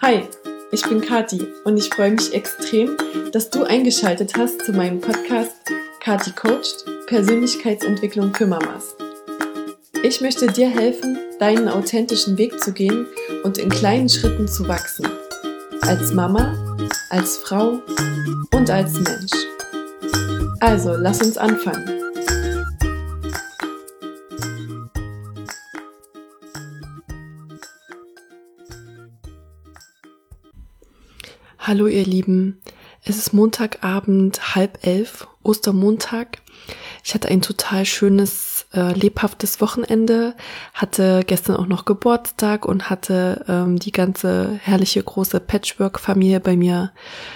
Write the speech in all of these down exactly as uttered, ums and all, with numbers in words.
Hi, ich bin Kathi und ich freue mich extrem, dass du eingeschaltet hast zu meinem Podcast Kathi Coacht – Persönlichkeitsentwicklung für Mamas. Ich möchte dir helfen, deinen authentischen Weg zu gehen und in kleinen Schritten zu wachsen. Als Mama, als Frau und als Mensch. Also, lass uns anfangen. Hallo ihr Lieben, es ist Montagabend, halb elf, Ostermontag. Ich hatte ein total schönes, äh, lebhaftes Wochenende, hatte gestern auch noch Geburtstag und hatte ähm, die ganze herrliche große Patchwork-Familie bei mir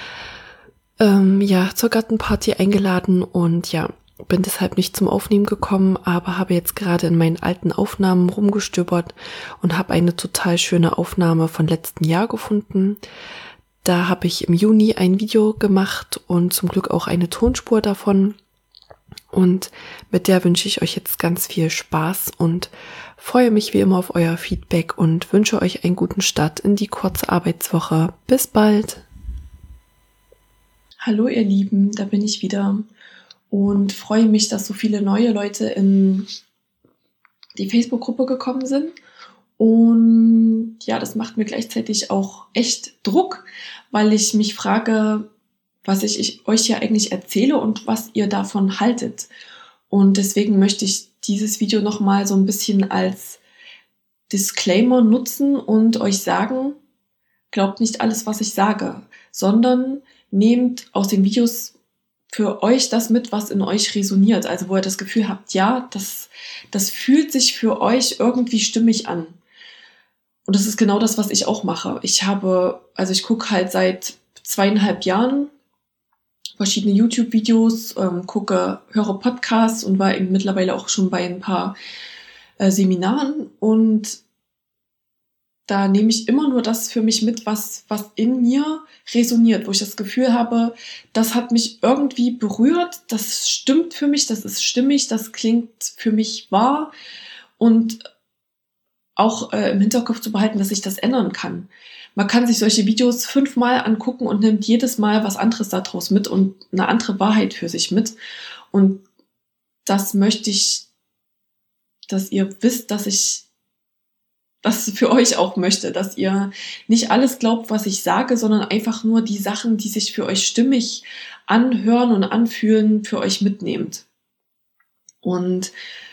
ähm, ja zur Gartenparty eingeladen und ja, bin deshalb nicht zum Aufnehmen gekommen, aber habe jetzt gerade in meinen alten Aufnahmen rumgestöbert und habe eine total schöne Aufnahme von letzten Jahr gefunden. Da habe ich im Juni ein Video gemacht und zum Glück auch eine Tonspur davon. Und mit der wünsche ich euch jetzt ganz viel Spaß und freue mich wie immer auf euer Feedback und wünsche euch einen guten Start in die kurze Arbeitswoche. Bis bald! Hallo ihr Lieben, da bin ich wieder und freue mich, dass so viele neue Leute in die Facebook-Gruppe gekommen sind. Und ja, das macht mir gleichzeitig auch echt Druck, weil ich mich frage, was ich, ich euch hier eigentlich erzähle und was ihr davon haltet. Und deswegen möchte ich dieses Video nochmal so ein bisschen als Disclaimer nutzen und euch sagen, glaubt nicht alles, was ich sage, sondern nehmt aus den Videos für euch das mit, was in euch resoniert. Also wo ihr das Gefühl habt, ja, das, das fühlt sich für euch irgendwie stimmig an. Und das ist genau das, was ich auch mache. Ich habe, also ich gucke halt seit zweieinhalb Jahren verschiedene YouTube-Videos, ähm, gucke, höre Podcasts und war eben mittlerweile auch schon bei ein paar äh, Seminaren. Und da nehme ich immer nur das für mich mit, was, was in mir resoniert, wo ich das Gefühl habe, das hat mich irgendwie berührt, das stimmt für mich, das ist stimmig, das klingt für mich wahr und auch äh, im Hinterkopf zu behalten, dass ich das ändern kann. Man kann sich solche Videos fünfmal angucken und nimmt jedes Mal was anderes daraus mit und eine andere Wahrheit für sich mit. Und das möchte ich, dass ihr wisst, dass ich das für euch auch möchte, dass ihr nicht alles glaubt, was ich sage, sondern einfach nur die Sachen, die sich für euch stimmig anhören und anfühlen, für euch mitnehmt. Und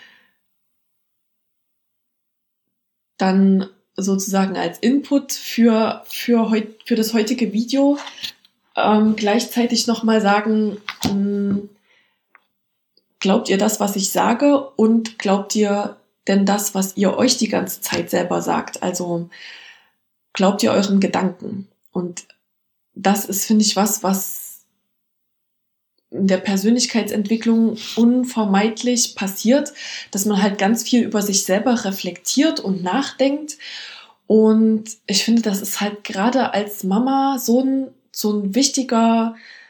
dann sozusagen als Input für, für, heut, für das heutige Video ähm, gleichzeitig nochmal sagen, mh, glaubt ihr das, was ich sage und glaubt ihr denn das, was ihr euch die ganze Zeit selber sagt? Also glaubt ihr euren Gedanken? Und das ist, finde ich, was, was in der Persönlichkeitsentwicklung unvermeidlich passiert, dass man halt ganz viel über sich selber reflektiert und nachdenkt. Und ich finde, das ist halt gerade als Mama so ein, so ein wichtiger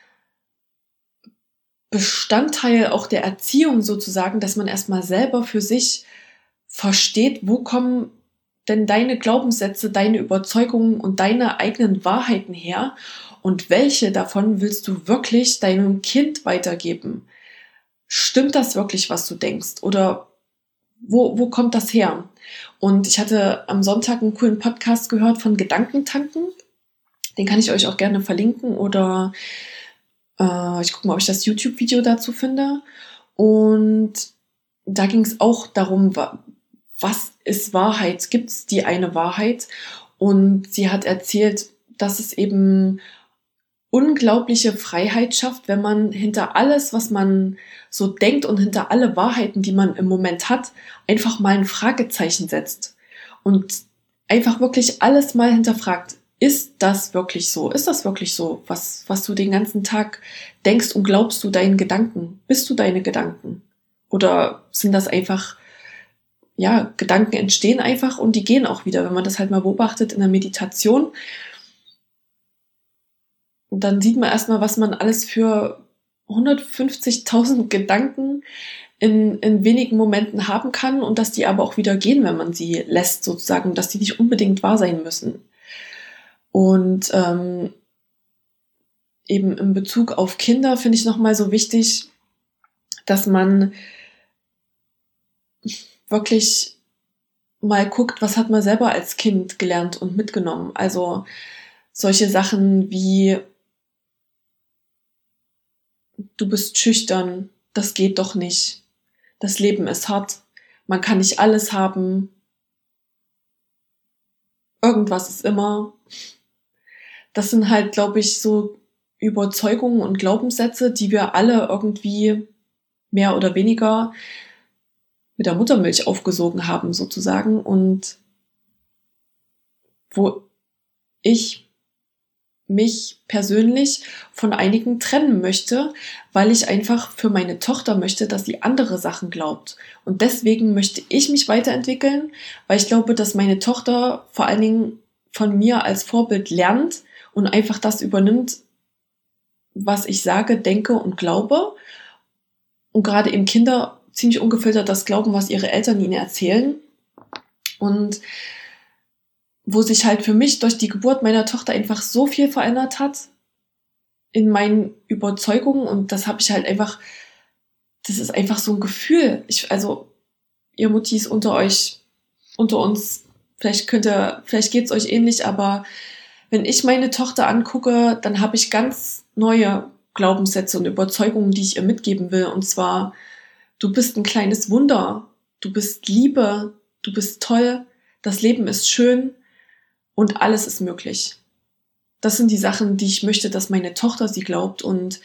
Bestandteil auch der Erziehung sozusagen, dass man erstmal selber für sich versteht, wo kommen denn deine Glaubenssätze, deine Überzeugungen und deine eigenen Wahrheiten her? Und welche davon willst du wirklich deinem Kind weitergeben? Stimmt das wirklich, was du denkst? Oder wo, wo kommt das her? Und ich hatte am Sonntag einen coolen Podcast gehört von Gedankentanken. Den kann ich euch auch gerne verlinken oder äh, ich gucke mal, ob ich das YouTube-Video dazu finde. Und da ging es auch darum, was ist Wahrheit? Gibt es die eine Wahrheit? Und sie hat erzählt, dass es eben unglaubliche Freiheit schafft, wenn man hinter alles, was man so denkt und hinter alle Wahrheiten, die man im Moment hat, einfach mal ein Fragezeichen setzt und einfach wirklich alles mal hinterfragt. Ist das wirklich so? Ist das wirklich so, was, was du den ganzen Tag denkst und glaubst du deinen Gedanken? Bist du deine Gedanken? Oder sind das einfach, ja, Gedanken entstehen einfach und die gehen auch wieder, wenn man das halt mal beobachtet in der Meditation. Und dann sieht man erstmal, was man alles für hundertfünfzigtausend Gedanken in, in wenigen Momenten haben kann und dass die aber auch wieder gehen, wenn man sie lässt sozusagen, dass die nicht unbedingt wahr sein müssen. Und ähm, eben in Bezug auf Kinder finde ich nochmal so wichtig, dass man wirklich mal guckt, was hat man selber als Kind gelernt und mitgenommen. Also solche Sachen wie, du bist schüchtern, das geht doch nicht. Das Leben ist hart, man kann nicht alles haben. Irgendwas ist immer. Das sind halt, glaube ich, so Überzeugungen und Glaubenssätze, die wir alle irgendwie mehr oder weniger mit der Muttermilch aufgesogen haben, sozusagen. Und wo ich mich persönlich von einigen trennen möchte, weil ich einfach für meine Tochter möchte, dass sie andere Sachen glaubt. Und deswegen möchte ich mich weiterentwickeln, weil ich glaube, dass meine Tochter vor allen Dingen von mir als Vorbild lernt und einfach das übernimmt, was ich sage, denke und glaube. Und gerade eben Kinder ziemlich ungefiltert das glauben, was ihre Eltern ihnen erzählen. Und wo sich halt für mich durch die Geburt meiner Tochter einfach so viel verändert hat in meinen Überzeugungen. Und das habe ich halt einfach, das ist einfach so ein Gefühl. Ich, also, ihr Muttis unter euch, unter uns, vielleicht könnt ihr, vielleicht geht's euch ähnlich, aber wenn ich meine Tochter angucke, dann habe ich ganz neue Glaubenssätze und Überzeugungen, die ich ihr mitgeben will. Und zwar, du bist ein kleines Wunder, du bist Liebe, du bist toll, das Leben ist schön und alles ist möglich. Das sind die Sachen, die ich möchte, dass meine Tochter sie glaubt. Und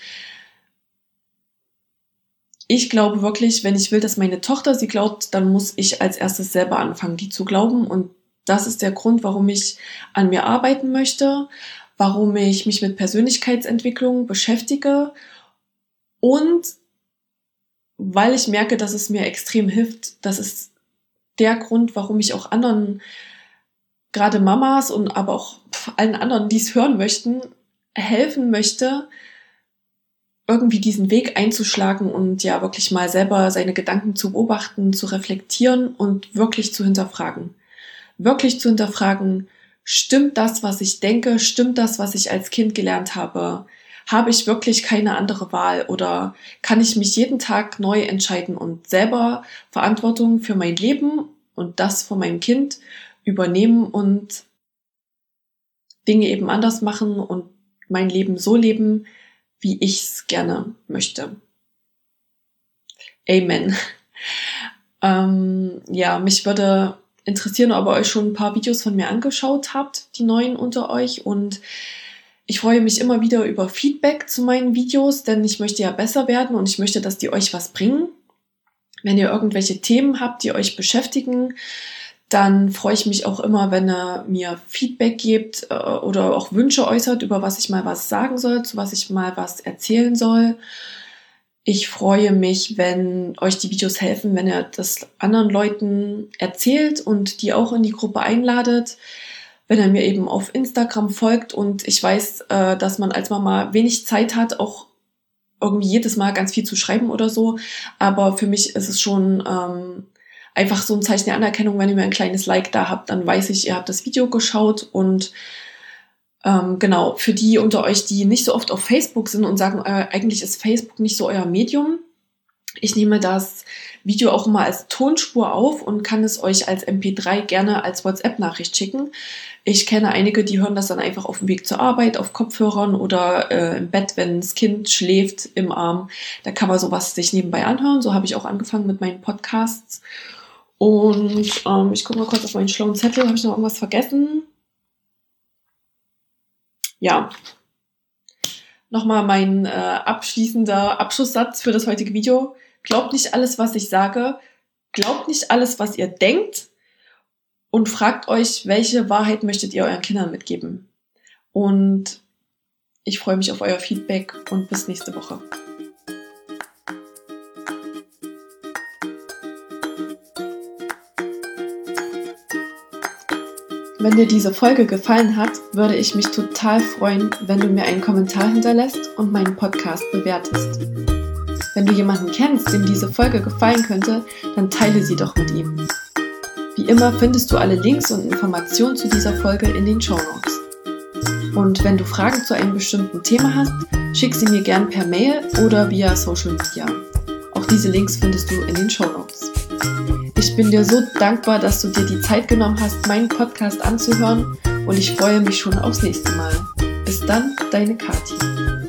ich glaube wirklich, wenn ich will, dass meine Tochter sie glaubt, dann muss ich als erstes selber anfangen, die zu glauben. Und das ist der Grund, warum ich an mir arbeiten möchte, warum ich mich mit Persönlichkeitsentwicklung beschäftige und weil ich merke, dass es mir extrem hilft. Das ist der Grund, warum ich auch anderen, gerade Mamas und aber auch allen anderen, die es hören möchten, helfen möchte, irgendwie diesen Weg einzuschlagen und ja wirklich mal selber seine Gedanken zu beobachten, zu reflektieren und wirklich zu hinterfragen. Wirklich zu hinterfragen, stimmt das, was ich denke, stimmt das, was ich als Kind gelernt habe? Habe ich wirklich keine andere Wahl oder kann ich mich jeden Tag neu entscheiden und selber Verantwortung für mein Leben und das von meinem Kind übernehmen und Dinge eben anders machen und mein Leben so leben, wie ich es gerne möchte. Amen. ähm, ja, mich würde interessieren, ob ihr euch schon ein paar Videos von mir angeschaut habt, die neuen unter euch. Und ich freue mich immer wieder über Feedback zu meinen Videos, denn ich möchte ja besser werden und ich möchte, dass die euch was bringen. Wenn ihr irgendwelche Themen habt, die euch beschäftigen, dann freue ich mich auch immer, wenn ihr mir Feedback gebt äh, oder auch Wünsche äußert, über was ich mal was sagen soll, zu was ich mal was erzählen soll. Ich freue mich, wenn euch die Videos helfen, wenn ihr das anderen Leuten erzählt und die auch in die Gruppe einladet. Wenn ihr mir eben auf Instagram folgt und ich weiß, äh, dass man als Mama wenig Zeit hat, auch irgendwie jedes Mal ganz viel zu schreiben oder so. Aber für mich ist es schon ähm, einfach so ein Zeichen der Anerkennung, wenn ihr mir ein kleines Like da habt, dann weiß ich, ihr habt das Video geschaut. Und ähm, genau, für die unter euch, die nicht so oft auf Facebook sind und sagen, äh, eigentlich ist Facebook nicht so euer Medium, ich nehme das Video auch immer als Tonspur auf und kann es euch als M P drei gerne als WhatsApp-Nachricht schicken. Ich kenne einige, die hören das dann einfach auf dem Weg zur Arbeit, auf Kopfhörern oder äh, im Bett, wenn das Kind schläft im Arm. Da kann man sowas sich nebenbei anhören. So habe ich auch angefangen mit meinen Podcasts. Und ähm, ich gucke mal kurz auf meinen schlauen Zettel. Habe ich noch irgendwas vergessen? Ja. Nochmal mein äh, abschließender Abschlusssatz für das heutige Video. Glaubt nicht alles, was ich sage. Glaubt nicht alles, was ihr denkt. Und fragt euch, welche Wahrheit möchtet ihr euren Kindern mitgeben. Und ich freue mich auf euer Feedback und bis nächste Woche. Wenn dir diese Folge gefallen hat, würde ich mich total freuen, wenn du mir einen Kommentar hinterlässt und meinen Podcast bewertest. Wenn du jemanden kennst, dem diese Folge gefallen könnte, dann teile sie doch mit ihm. Wie immer findest du alle Links und Informationen zu dieser Folge in den Shownotes. Und wenn du Fragen zu einem bestimmten Thema hast, schick sie mir gern per Mail oder via Social Media. Auch diese Links findest du in den Shownotes. Ich bin dir so dankbar, dass du dir die Zeit genommen hast, meinen Podcast anzuhören und ich freue mich schon aufs nächste Mal. Bis dann, deine Kathi.